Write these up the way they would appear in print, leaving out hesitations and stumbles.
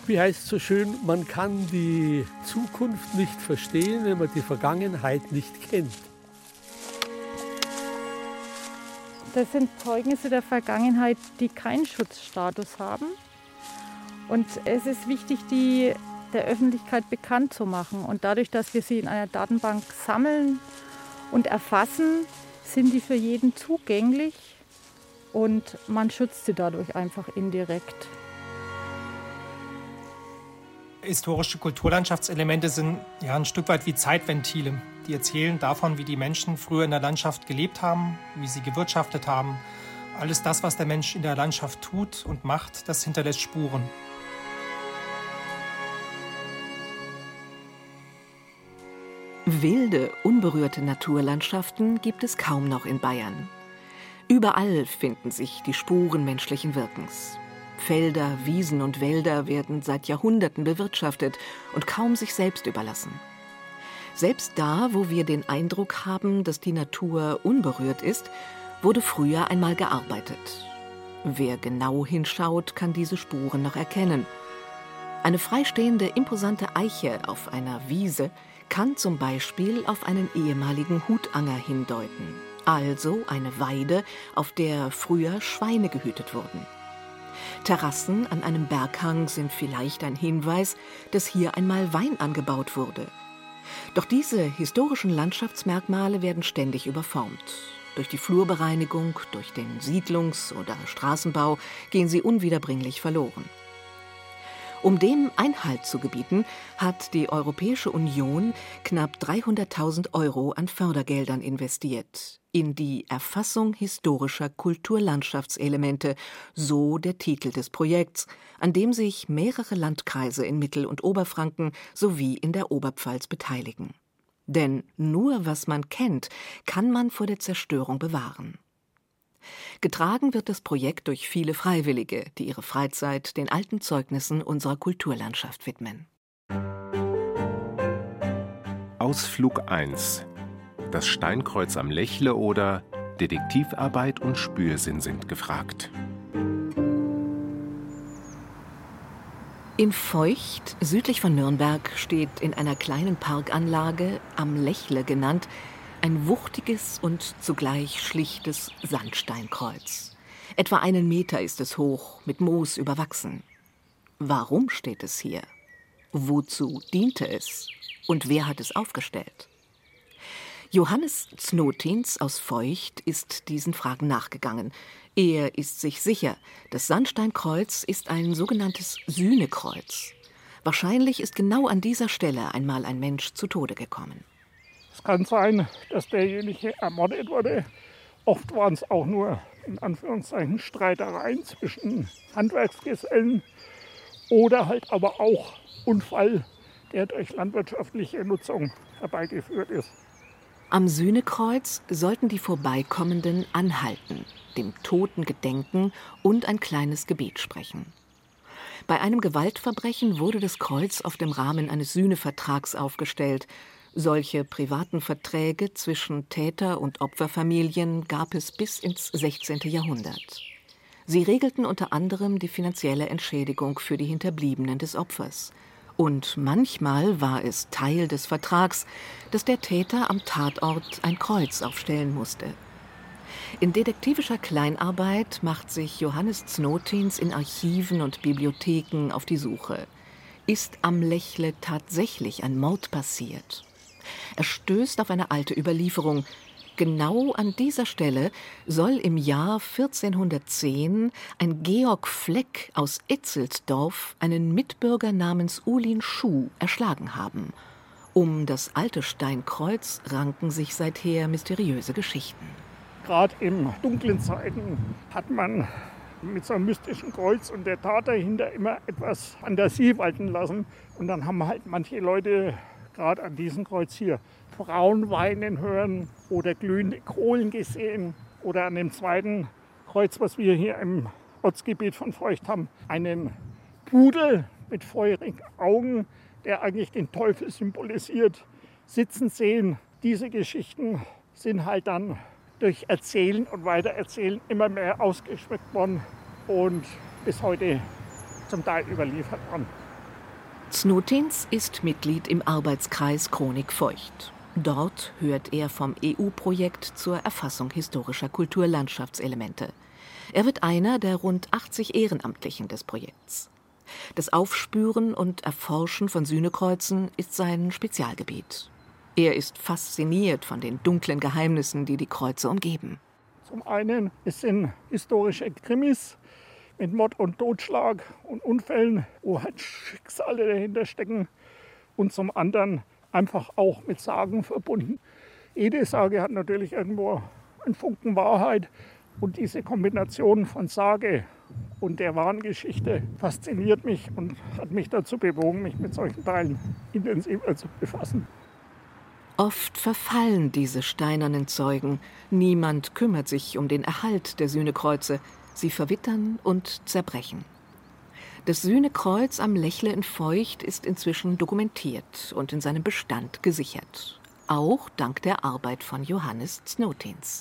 Wie heißt es so schön, man kann die Zukunft nicht verstehen, wenn man die Vergangenheit nicht kennt. Das sind Zeugnisse der Vergangenheit, die keinen Schutzstatus haben. Und es ist wichtig, die der Öffentlichkeit bekannt zu machen. Und dadurch, dass wir sie in einer Datenbank sammeln und erfassen, sind die für jeden zugänglich und man schützt sie dadurch einfach indirekt. Historische Kulturlandschaftselemente sind ein Stück weit wie Zeitventile. Die erzählen davon, wie die Menschen früher in der Landschaft gelebt haben, wie sie gewirtschaftet haben. Alles das, was der Mensch in der Landschaft tut und macht, das hinterlässt Spuren. Wilde, unberührte Naturlandschaften gibt es kaum noch in Bayern. Überall finden sich die Spuren menschlichen Wirkens. Felder, Wiesen und Wälder werden seit Jahrhunderten bewirtschaftet und kaum sich selbst überlassen. Selbst da, wo wir den Eindruck haben, dass die Natur unberührt ist, wurde früher einmal gearbeitet. Wer genau hinschaut, kann diese Spuren noch erkennen. Eine freistehende, imposante Eiche auf einer Wiese kann zum Beispiel auf einen ehemaligen Hutanger hindeuten, also eine Weide, auf der früher Schweine gehütet wurden. Terrassen an einem Berghang sind vielleicht ein Hinweis, dass hier einmal Wein angebaut wurde. Doch diese historischen Landschaftsmerkmale werden ständig überformt. Durch die Flurbereinigung, durch den Siedlungs- oder Straßenbau gehen sie unwiederbringlich verloren. Um dem Einhalt zu gebieten, hat die Europäische Union knapp 300.000 € an Fördergeldern investiert in die Erfassung historischer Kulturlandschaftselemente, so der Titel des Projekts, an dem sich mehrere Landkreise in Mittel- und Oberfranken sowie in der Oberpfalz beteiligen. Denn nur was man kennt, kann man vor der Zerstörung bewahren. Getragen wird das Projekt durch viele Freiwillige, die ihre Freizeit den alten Zeugnissen unserer Kulturlandschaft widmen. Ausflug 1. Das Steinkreuz am Lächle oder Detektivarbeit und Spürsinn sind gefragt. In Feucht, südlich von Nürnberg, steht in einer kleinen Parkanlage, am Lächle genannt, ein wuchtiges und zugleich schlichtes Sandsteinkreuz. Etwa 1 Meter ist es hoch, mit Moos überwachsen. Warum steht es hier? Wozu diente es? Und wer hat es aufgestellt? Johannes Znotins aus Feucht ist diesen Fragen nachgegangen. Er ist sich sicher, das Sandsteinkreuz ist ein sogenanntes Sühnekreuz. Wahrscheinlich ist genau an dieser Stelle einmal ein Mensch zu Tode gekommen. Es kann sein, dass derjenige ermordet wurde. Oft waren es auch nur, in Anführungszeichen, Streitereien zwischen Handwerksgesellen oder halt aber auch Unfall, der durch landwirtschaftliche Nutzung herbeigeführt ist. Am Sühnekreuz sollten die Vorbeikommenden anhalten, dem Toten gedenken und ein kleines Gebet sprechen. Bei einem Gewaltverbrechen wurde das Kreuz auf dem Rahmen eines Sühnevertrags aufgestellt. Solche privaten Verträge zwischen Täter- und Opferfamilien gab es bis ins 16. Jahrhundert. Sie regelten unter anderem die finanzielle Entschädigung für die Hinterbliebenen des Opfers. Und manchmal war es Teil des Vertrags, dass der Täter am Tatort ein Kreuz aufstellen musste. In detektivischer Kleinarbeit macht sich Johannes Znotins in Archiven und Bibliotheken auf die Suche. Ist am Lächle tatsächlich ein Mord passiert? Er stößt auf eine alte Überlieferung. Genau an dieser Stelle soll im Jahr 1410 ein Georg Fleck aus Etzelsdorf einen Mitbürger namens Ulin Schuh erschlagen haben. Um das alte Steinkreuz ranken sich seither mysteriöse Geschichten. Gerade in dunklen Zeiten hat man mit so einem mystischen Kreuz und der Tat dahinter immer etwas Fantasie walten lassen. Und dann haben halt manche Leute gerade an diesem Kreuz hier Frauen weinen hören oder glühende Kohlen gesehen. Oder an dem zweiten Kreuz, was wir hier im Ortsgebiet von Feucht haben, einen Pudel mit feurigen Augen, der eigentlich den Teufel symbolisiert, sitzen sehen. Diese Geschichten sind halt dann durch Erzählen und Weitererzählen immer mehr ausgeschmückt worden und bis heute zum Teil überliefert worden. Snotins ist Mitglied im Arbeitskreis Chronik Feucht. Dort hört er vom EU-Projekt zur Erfassung historischer Kulturlandschaftselemente. Er wird einer der rund 80 Ehrenamtlichen des Projekts. Das Aufspüren und Erforschen von Sühnekreuzen ist sein Spezialgebiet. Er ist fasziniert von den dunklen Geheimnissen, die die Kreuze umgeben. Zum einen, es sind historische Krimis mit Mord und Totschlag und Unfällen, wo halt Schicksale dahinter stecken. Und zum anderen einfach auch mit Sagen verbunden. Jede Sage hat natürlich irgendwo einen Funken Wahrheit. Und diese Kombination von Sage und der wahren Geschichte fasziniert mich und hat mich dazu bewogen, mich mit solchen Teilen intensiver zu befassen. Oft verfallen diese steinernen Zeugen. Niemand kümmert sich um den Erhalt der Sühnekreuze. Sie verwittern und zerbrechen. Das Sühnekreuz am Lechle in Feucht ist inzwischen dokumentiert und in seinem Bestand gesichert. Auch dank der Arbeit von Johannes Snotins.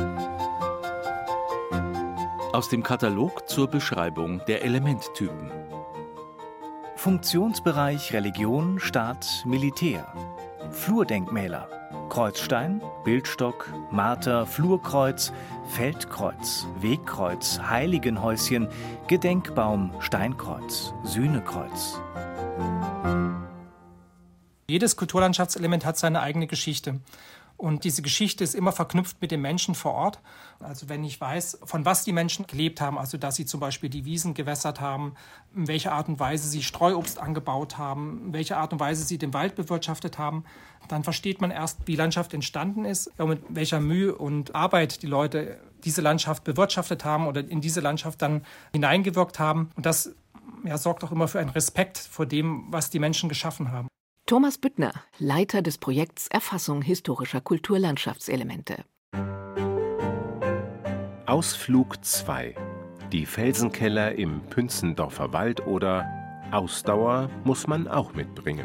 Aus dem Katalog zur Beschreibung der Elementtypen. Funktionsbereich Religion, Staat, Militär. Flurdenkmäler: Kreuzstein, Bildstock, Marter, Flurkreuz, Feldkreuz, Wegkreuz, Heiligenhäuschen, Gedenkbaum, Steinkreuz, Sühnekreuz. Jedes Kulturlandschaftselement hat seine eigene Geschichte. Und diese Geschichte ist immer verknüpft mit den Menschen vor Ort. Also wenn ich weiß, von was die Menschen gelebt haben, also dass sie zum Beispiel die Wiesen gewässert haben, in welcher Art und Weise sie Streuobst angebaut haben, in welcher Art und Weise sie den Wald bewirtschaftet haben, dann versteht man erst, wie Landschaft entstanden ist, mit welcher Mühe und Arbeit die Leute diese Landschaft bewirtschaftet haben oder in diese Landschaft dann hineingewirkt haben. Und das sorgt auch immer für einen Respekt vor dem, was die Menschen geschaffen haben. Thomas Büttner, Leiter des Projekts Erfassung historischer Kulturlandschaftselemente. Ausflug 2. Die Felsenkeller im Pünzendorfer Wald oder Ausdauer muss man auch mitbringen.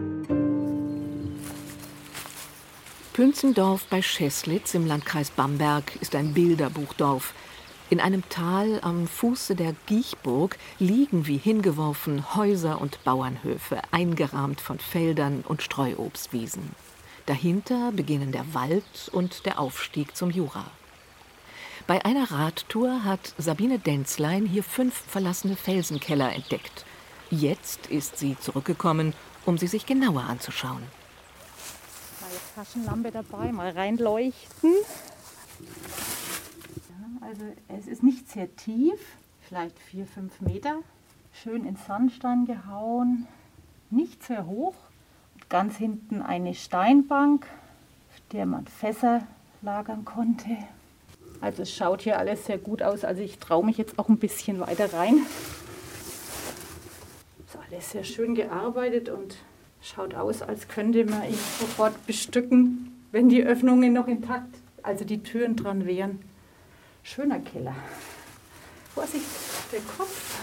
Pünzendorf bei Scheßlitz im Landkreis Bamberg ist ein Bilderbuchdorf. In einem Tal am Fuße der Giechburg liegen wie hingeworfen Häuser und Bauernhöfe, eingerahmt von Feldern und Streuobstwiesen. Dahinter beginnen der Wald und der Aufstieg zum Jura. Bei einer Radtour hat Sabine Denzlein hier 5 verlassene Felsenkeller entdeckt. Jetzt ist sie zurückgekommen, um sie sich genauer anzuschauen. Mal Taschenlampe dabei, mal reinleuchten. Also es ist nicht sehr tief, vielleicht 4-5 Meter. Schön in Sandstein gehauen, nicht sehr hoch. Ganz hinten eine Steinbank, auf der man Fässer lagern konnte. Also es schaut hier alles sehr gut aus. Also ich traue mich jetzt auch ein bisschen weiter rein. Ist alles sehr schön gearbeitet und schaut aus, als könnte man ihn sofort bestücken, wenn die Öffnungen noch intakt, also die Türen dran wären. Schöner Keller. Vorsicht, der Kopf.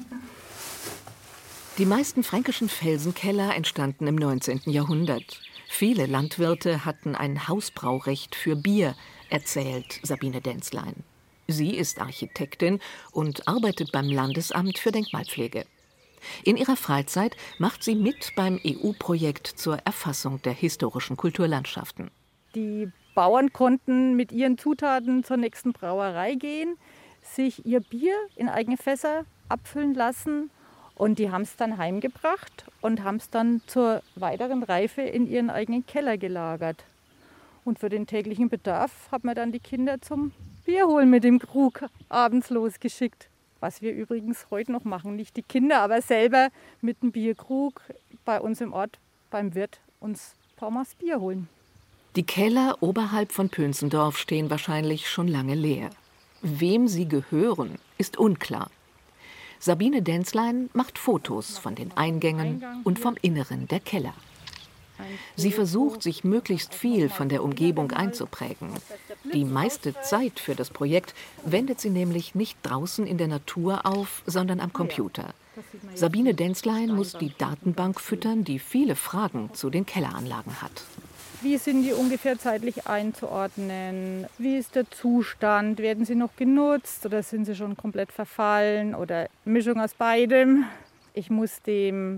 Die meisten fränkischen Felsenkeller entstanden im 19. Jahrhundert. Viele Landwirte hatten ein Hausbraurecht für Bier, erzählt Sabine Denzlein. Sie ist Architektin und arbeitet beim Landesamt für Denkmalpflege. In ihrer Freizeit macht sie mit beim EU-Projekt zur Erfassung der historischen Kulturlandschaften. Die Bauern konnten mit ihren Zutaten zur nächsten Brauerei gehen, sich ihr Bier in eigene Fässer abfüllen lassen und die haben es dann heimgebracht und haben es dann zur weiteren Reife in ihren eigenen Keller gelagert. Und für den täglichen Bedarf hat man dann die Kinder zum Bier holen mit dem Krug abends losgeschickt. Was wir übrigens heute noch machen, nicht die Kinder, aber selber mit dem Bierkrug bei uns im Ort beim Wirt uns ein paar Mal das Bier holen. Die Keller oberhalb von Pünzendorf stehen wahrscheinlich schon lange leer. Wem sie gehören, ist unklar. Sabine Denzlein macht Fotos von den Eingängen und vom Inneren der Keller. Sie versucht, sich möglichst viel von der Umgebung einzuprägen. Die meiste Zeit für das Projekt wendet sie nämlich nicht draußen in der Natur auf, sondern am Computer. Sabine Denzlein muss die Datenbank füttern, die viele Fragen zu den Kelleranlagen hat. Wie sind die ungefähr zeitlich einzuordnen? Wie ist der Zustand? Werden sie noch genutzt oder sind sie schon komplett verfallen oder Mischung aus beidem? Ich muss dem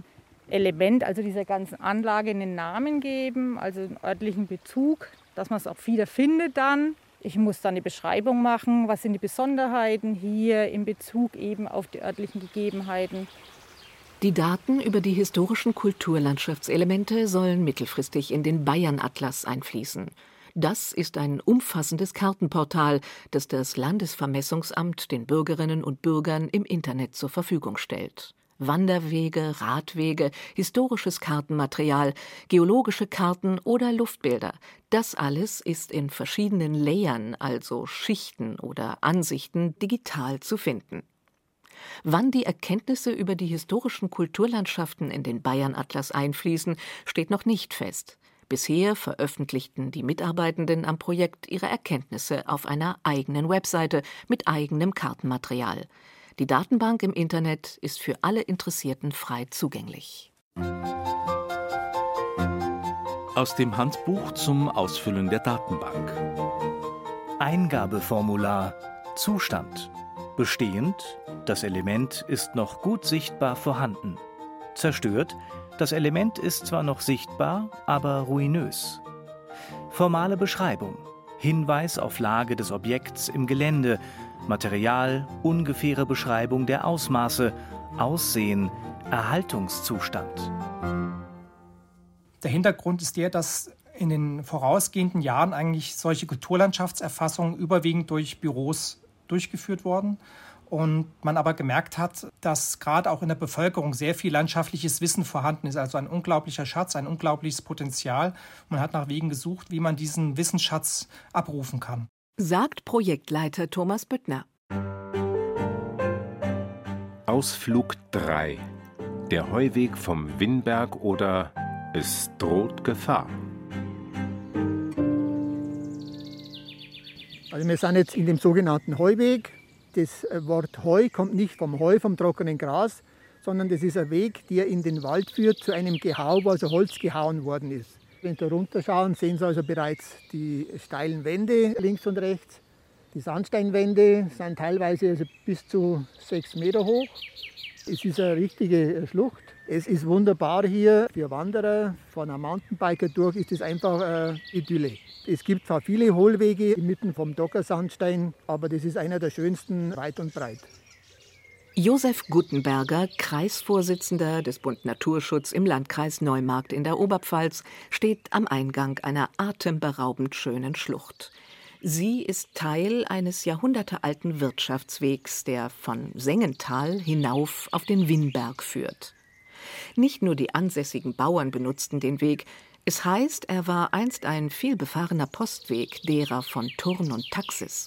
Element, also dieser ganzen Anlage, einen Namen geben, also einen örtlichen Bezug, dass man es auch wieder findet dann. Ich muss dann eine Beschreibung machen, was sind die Besonderheiten hier in Bezug eben auf die örtlichen Gegebenheiten. Die Daten über die historischen Kulturlandschaftselemente sollen mittelfristig in den Bayern-Atlas einfließen. Das ist ein umfassendes Kartenportal, das das Landesvermessungsamt den Bürgerinnen und Bürgern im Internet zur Verfügung stellt. Wanderwege, Radwege, historisches Kartenmaterial, geologische Karten oder Luftbilder. Das alles ist in verschiedenen Layern, also Schichten oder Ansichten, digital zu finden. Wann die Erkenntnisse über die historischen Kulturlandschaften in den Bayern-Atlas einfließen, steht noch nicht fest. Bisher veröffentlichten die Mitarbeitenden am Projekt ihre Erkenntnisse auf einer eigenen Webseite mit eigenem Kartenmaterial. Die Datenbank im Internet ist für alle Interessierten frei zugänglich. Aus dem Handbuch zum Ausfüllen der Datenbank. Eingabeformular. Zustand. Bestehend. Das Element ist noch gut sichtbar vorhanden. Zerstört. Das Element ist zwar noch sichtbar, aber ruinös. Formale Beschreibung. Hinweis auf Lage des Objekts im Gelände. Material, ungefähre Beschreibung der Ausmaße, Aussehen, Erhaltungszustand. Der Hintergrund ist der, dass in den vorausgehenden Jahren eigentlich solche Kulturlandschaftserfassungen überwiegend durch Büros durchgeführt wurden und man aber gemerkt hat, dass gerade auch in der Bevölkerung sehr viel landschaftliches Wissen vorhanden ist, also ein unglaublicher Schatz, ein unglaubliches Potenzial. Man hat nach Wegen gesucht, wie man diesen Wissensschatz abrufen kann. Sagt Projektleiter Thomas Büttner. Ausflug 3. Der Heuweg vom Winnberg oder es droht Gefahr. Also wir sind jetzt in dem sogenannten Heuweg. Das Wort Heu kommt nicht vom Heu, vom trockenen Gras, sondern das ist ein Weg, der in den Wald führt zu einem Gehau, wo also Holz gehauen worden ist. Wenn Sie da runterschauen, sehen Sie also bereits die steilen Wände links und rechts. Die Sandsteinwände sind teilweise also bis zu 6 Meter hoch. Es ist eine richtige Schlucht. Es ist wunderbar hier für Wanderer, von einem Mountainbiker durch ist es einfach eine Idylle. Es gibt zwar viele Hohlwege inmitten vom Dockersandstein, aber das ist einer der schönsten weit und breit. Josef Guttenberger, Kreisvorsitzender des Bund Naturschutz im Landkreis Neumarkt in der Oberpfalz, steht am Eingang einer atemberaubend schönen Schlucht. Sie ist Teil eines jahrhundertealten Wirtschaftswegs, der von Sengenthal hinauf auf den Winnberg führt. Nicht nur die ansässigen Bauern benutzten den Weg. Es heißt, er war einst ein vielbefahrener Postweg derer von Thurn und Taxis.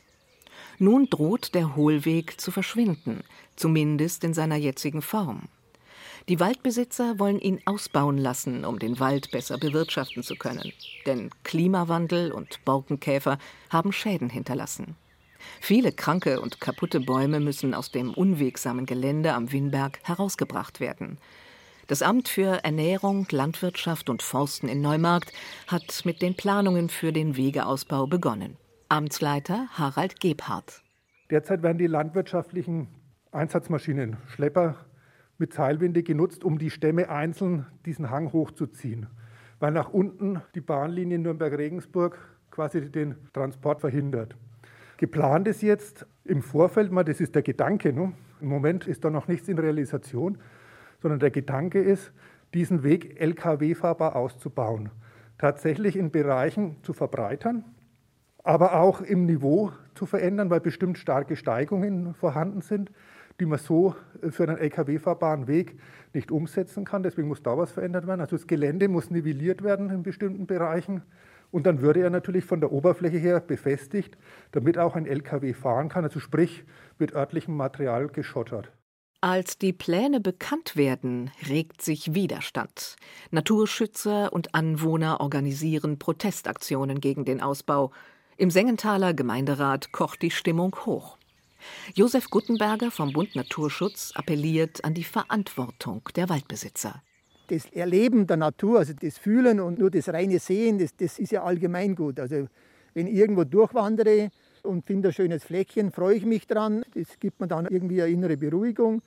Nun droht der Hohlweg zu verschwinden, zumindest in seiner jetzigen Form. Die Waldbesitzer wollen ihn ausbauen lassen, um den Wald besser bewirtschaften zu können. Denn Klimawandel und Borkenkäfer haben Schäden hinterlassen. Viele kranke und kaputte Bäume müssen aus dem unwegsamen Gelände am Winnberg herausgebracht werden. Das Amt für Ernährung, Landwirtschaft und Forsten in Neumarkt hat mit den Planungen für den Wegeausbau begonnen. Amtsleiter Harald Gebhardt. Derzeit werden die landwirtschaftlichen Einsatzmaschinen, Schlepper mit Seilwinde genutzt, um die Stämme einzeln diesen Hang hochzuziehen, weil nach unten die Bahnlinie Nürnberg-Regensburg quasi den Transport verhindert. Geplant ist jetzt im Vorfeld mal, das ist der Gedanke, ne? Im Moment ist da noch nichts in Realisation, sondern der Gedanke ist, diesen Weg Lkw-fahrbar auszubauen, tatsächlich in Bereichen zu verbreitern, aber auch im Niveau zu verändern, weil bestimmt starke Steigungen vorhanden sind, die man so für einen Lkw-fahrbaren Weg nicht umsetzen kann. Deswegen muss da was verändert werden. Also das Gelände muss nivelliert werden in bestimmten Bereichen. Und dann würde er natürlich von der Oberfläche her befestigt, damit auch ein Lkw fahren kann, also sprich mit örtlichem Material geschottert. Als die Pläne bekannt werden, regt sich Widerstand. Naturschützer und Anwohner organisieren Protestaktionen gegen den Ausbau. Im Sengenthaler Gemeinderat kocht die Stimmung hoch. Josef Guttenberger vom Bund Naturschutz appelliert an die Verantwortung der Waldbesitzer. Das Erleben der Natur, also das Fühlen und nur das reine Sehen, das ist ja allgemein gut. Also wenn ich irgendwo durchwandere und finde ein schönes Fleckchen, freue ich mich dran. Das gibt mir dann irgendwie eine innere Beruhigung.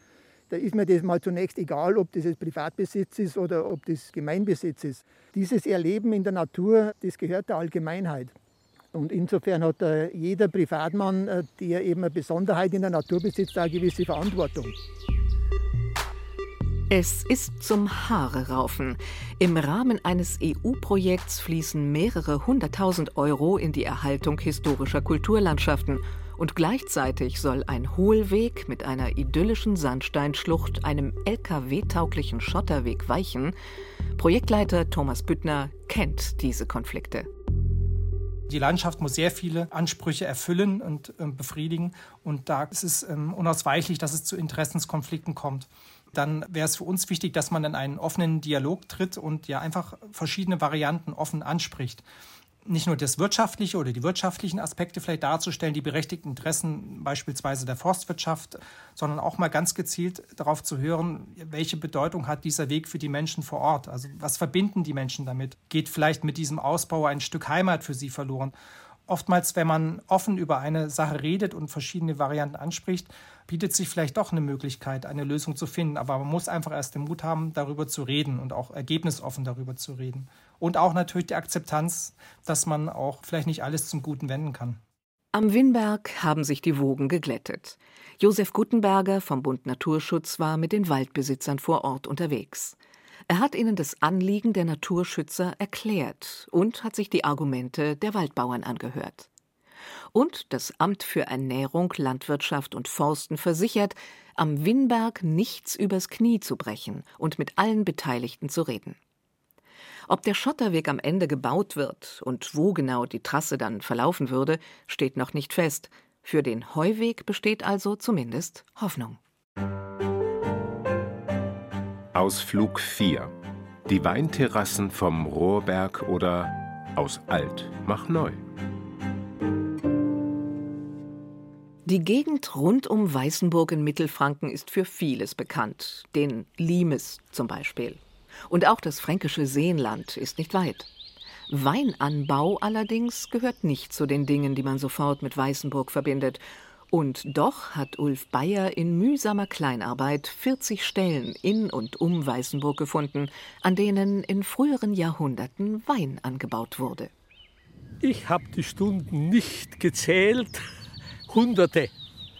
Da ist mir das mal zunächst egal, ob das jetzt Privatbesitz ist oder ob das Gemeinbesitz ist. Dieses Erleben in der Natur, das gehört der Allgemeinheit. Und insofern hat jeder Privatmann, der eben eine Besonderheit in der Natur besitzt, eine gewisse Verantwortung. Es ist zum Haare-Raufen. Im Rahmen eines EU-Projekts fließen mehrere 100.000 € in die Erhaltung historischer Kulturlandschaften. Und gleichzeitig soll ein Hohlweg mit einer idyllischen Sandsteinschlucht einem LKW-tauglichen Schotterweg weichen. Projektleiter Thomas Büttner kennt diese Konflikte. Die Landschaft muss sehr viele Ansprüche erfüllen und befriedigen. Und da ist es unausweichlich, dass es zu Interessenskonflikten kommt. Dann wäre es für uns wichtig, dass man in einen offenen Dialog tritt und ja einfach verschiedene Varianten offen anspricht. Nicht nur das Wirtschaftliche oder die wirtschaftlichen Aspekte vielleicht darzustellen, die berechtigten Interessen beispielsweise der Forstwirtschaft, sondern auch mal ganz gezielt darauf zu hören, welche Bedeutung hat dieser Weg für die Menschen vor Ort? Also was verbinden die Menschen damit? Geht vielleicht mit diesem Ausbau ein Stück Heimat für sie verloren? Oftmals, wenn man offen über eine Sache redet und verschiedene Varianten anspricht, bietet sich vielleicht doch eine Möglichkeit, eine Lösung zu finden. Aber man muss einfach erst den Mut haben, darüber zu reden und auch ergebnisoffen darüber zu reden. Und auch natürlich die Akzeptanz, dass man auch vielleicht nicht alles zum Guten wenden kann. Am Winnberg haben sich die Wogen geglättet. Josef Guttenberger vom Bund Naturschutz war mit den Waldbesitzern vor Ort unterwegs. Er hat ihnen das Anliegen der Naturschützer erklärt und hat sich die Argumente der Waldbauern angehört. Und das Amt für Ernährung, Landwirtschaft und Forsten versichert, am Winnberg nichts übers Knie zu brechen und mit allen Beteiligten zu reden. Ob der Schotterweg am Ende gebaut wird und wo genau die Trasse dann verlaufen würde, steht noch nicht fest. Für den Heuweg besteht also zumindest Hoffnung. Ausflug 4. Die Weinterrassen vom Rohrberg oder aus alt mach neu. Die Gegend rund um Weißenburg in Mittelfranken ist für vieles bekannt, den Limes zum Beispiel. Und auch das fränkische Seenland ist nicht weit. Weinanbau allerdings gehört nicht zu den Dingen, die man sofort mit Weißenburg verbindet. Und doch hat Ulf Beyer in mühsamer Kleinarbeit 40 Stellen in und um Weißenburg gefunden, an denen in früheren Jahrhunderten Wein angebaut wurde. Ich habe die Stunden nicht gezählt, Hunderte.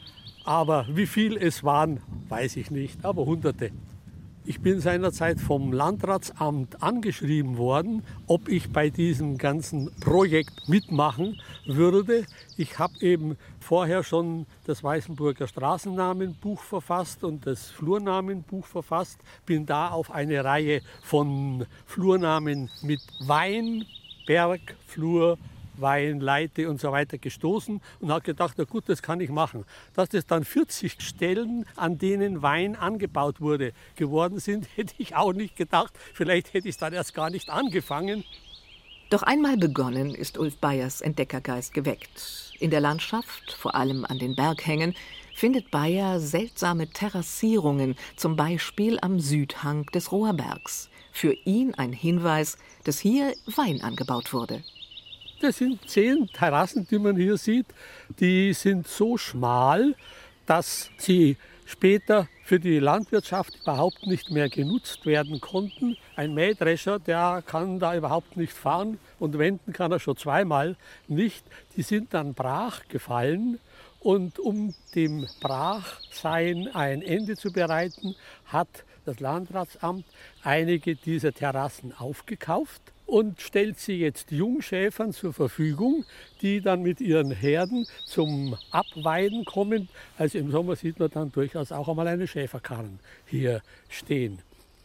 Aber wie viel es waren, weiß ich nicht, aber Hunderte. Ich bin seinerzeit vom Landratsamt angeschrieben worden, ob ich bei diesem ganzen Projekt mitmachen würde. Ich habe eben vorher schon das Weißenburger Straßennamenbuch verfasst und das Flurnamenbuch verfasst. Bin da auf eine Reihe von Flurnamen mit Wein, Berg, Flur, Wein, Leite und so weiter gestoßen und habe gedacht, na gut, das kann ich machen. Dass das dann 40 Stellen, an denen Wein angebaut wurde, geworden sind, hätte ich auch nicht gedacht. Vielleicht hätte ich es dann erst gar nicht angefangen. Doch einmal begonnen ist Ulf Beyers Entdeckergeist geweckt. In der Landschaft, vor allem an den Berghängen, findet Beyer seltsame Terrassierungen, zum Beispiel am Südhang des Rohrbergs. Für ihn ein Hinweis, dass hier Wein angebaut wurde. Das sind 10 Terrassen, die man hier sieht. Die sind so schmal, dass sie später für die Landwirtschaft überhaupt nicht mehr genutzt werden konnten. Ein Mähdrescher, der kann da überhaupt nicht fahren und wenden kann er schon zweimal nicht. Die sind dann brach gefallen. Und um dem Brachsein ein Ende zu bereiten, hat das Landratsamt einige dieser Terrassen aufgekauft und stellt sie jetzt Jungschäfern zur Verfügung, die dann mit ihren Herden zum Abweiden kommen. Also im Sommer sieht man dann durchaus auch einmal eine Schäferkarren hier stehen.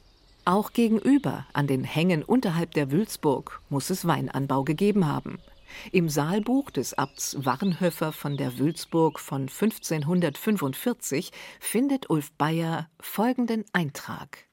Auch gegenüber, an den Hängen unterhalb der Wülzburg, muss es Weinanbau gegeben haben. Im Saalbuch des Abts Warnhöfer von der Wülzburg von 1545 findet Ulf Beyer folgenden Eintrag.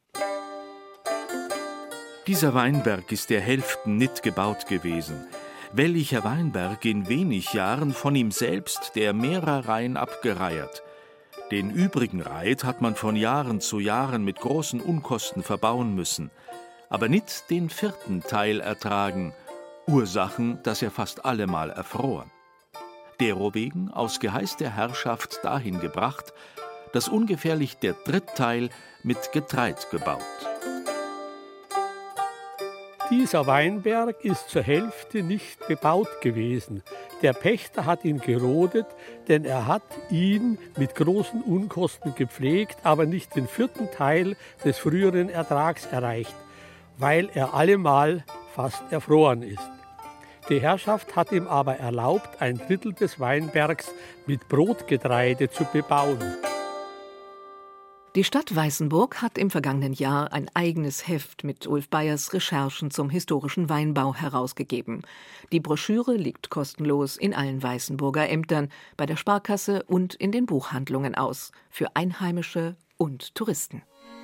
Dieser Weinberg ist der Hälften nicht gebaut gewesen. Welcher Weinberg in wenig Jahren von ihm selbst der mehrer Reihen abgereiert. Den übrigen Reit hat man von Jahren zu Jahren mit großen Unkosten verbauen müssen, aber nicht den 4. Teil ertragen, Ursachen, dass er fast allemal erfror. Derowegen aus Geheiß der Herrschaft dahin gebracht, das ungefährlich der Drittteil mit Getreid gebaut. Dieser Weinberg ist zur Hälfte nicht bebaut gewesen. Der Pächter hat ihn gerodet, denn er hat ihn mit großen Unkosten gepflegt, aber nicht den 4. Teil des früheren Ertrags erreicht, weil er allemal fast erfroren ist. Die Herrschaft hat ihm aber erlaubt, 1/3 des Weinbergs mit Brotgetreide zu bebauen. Die Stadt Weißenburg hat im vergangenen Jahr ein eigenes Heft mit Ulf Beyers Recherchen zum historischen Weinbau herausgegeben. Die Broschüre liegt kostenlos in allen Weißenburger Ämtern, bei der Sparkasse und in den Buchhandlungen aus, für Einheimische und Touristen.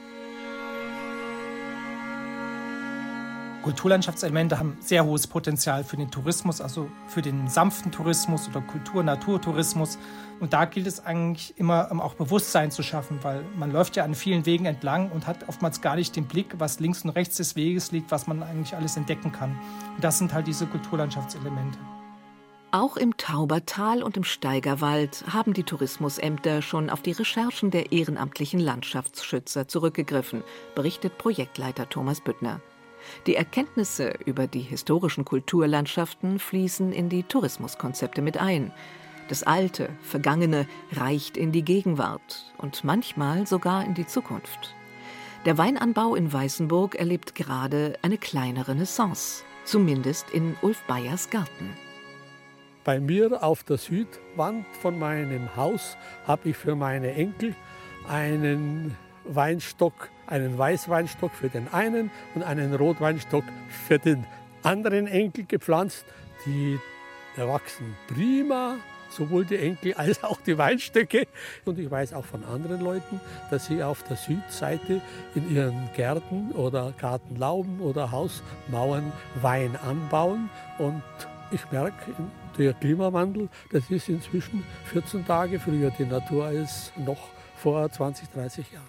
Kulturlandschaftselemente haben sehr hohes Potenzial für den Tourismus, also für den sanften Tourismus oder Kultur-Naturtourismus. Und da gilt es eigentlich immer, auch Bewusstsein zu schaffen, weil man läuft ja an vielen Wegen entlang und hat oftmals gar nicht den Blick, was links und rechts des Weges liegt, was man eigentlich alles entdecken kann. Und das sind halt diese Kulturlandschaftselemente. Auch im Taubertal und im Steigerwald haben die Tourismusämter schon auf die Recherchen der ehrenamtlichen Landschaftsschützer zurückgegriffen, berichtet Projektleiter Thomas Büttner. Die Erkenntnisse über die historischen Kulturlandschaften fließen in die Tourismuskonzepte mit ein. Das Alte, Vergangene reicht in die Gegenwart und manchmal sogar in die Zukunft. Der Weinanbau in Weißenburg erlebt gerade eine kleine Renaissance, zumindest in Ulf Beyers Garten. Bei mir auf der Südwand von meinem Haus habe ich für meine Enkel einen Weinstock, einen Weißweinstock für den einen und einen Rotweinstock für den anderen Enkel gepflanzt. Die wachsen prima, sowohl die Enkel als auch die Weinstöcke. Und ich weiß auch von anderen Leuten, dass sie auf der Südseite in ihren Gärten oder Gartenlauben oder Hausmauern Wein anbauen. Und ich merke, der Klimawandel, das ist inzwischen 14 Tage früher die Natur als noch vor 20, 30 Jahren.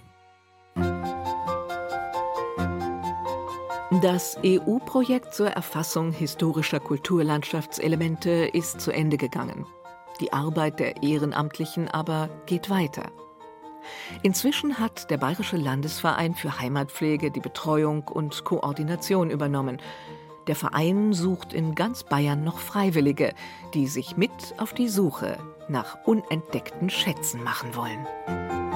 Das EU-Projekt zur Erfassung historischer Kulturlandschaftselemente ist zu Ende gegangen. Die Arbeit der Ehrenamtlichen aber geht weiter. Inzwischen hat der Bayerische Landesverein für Heimatpflege die Betreuung und Koordination übernommen. Der Verein sucht in ganz Bayern noch Freiwillige, die sich mit auf die Suche nach unentdeckten Schätzen machen wollen.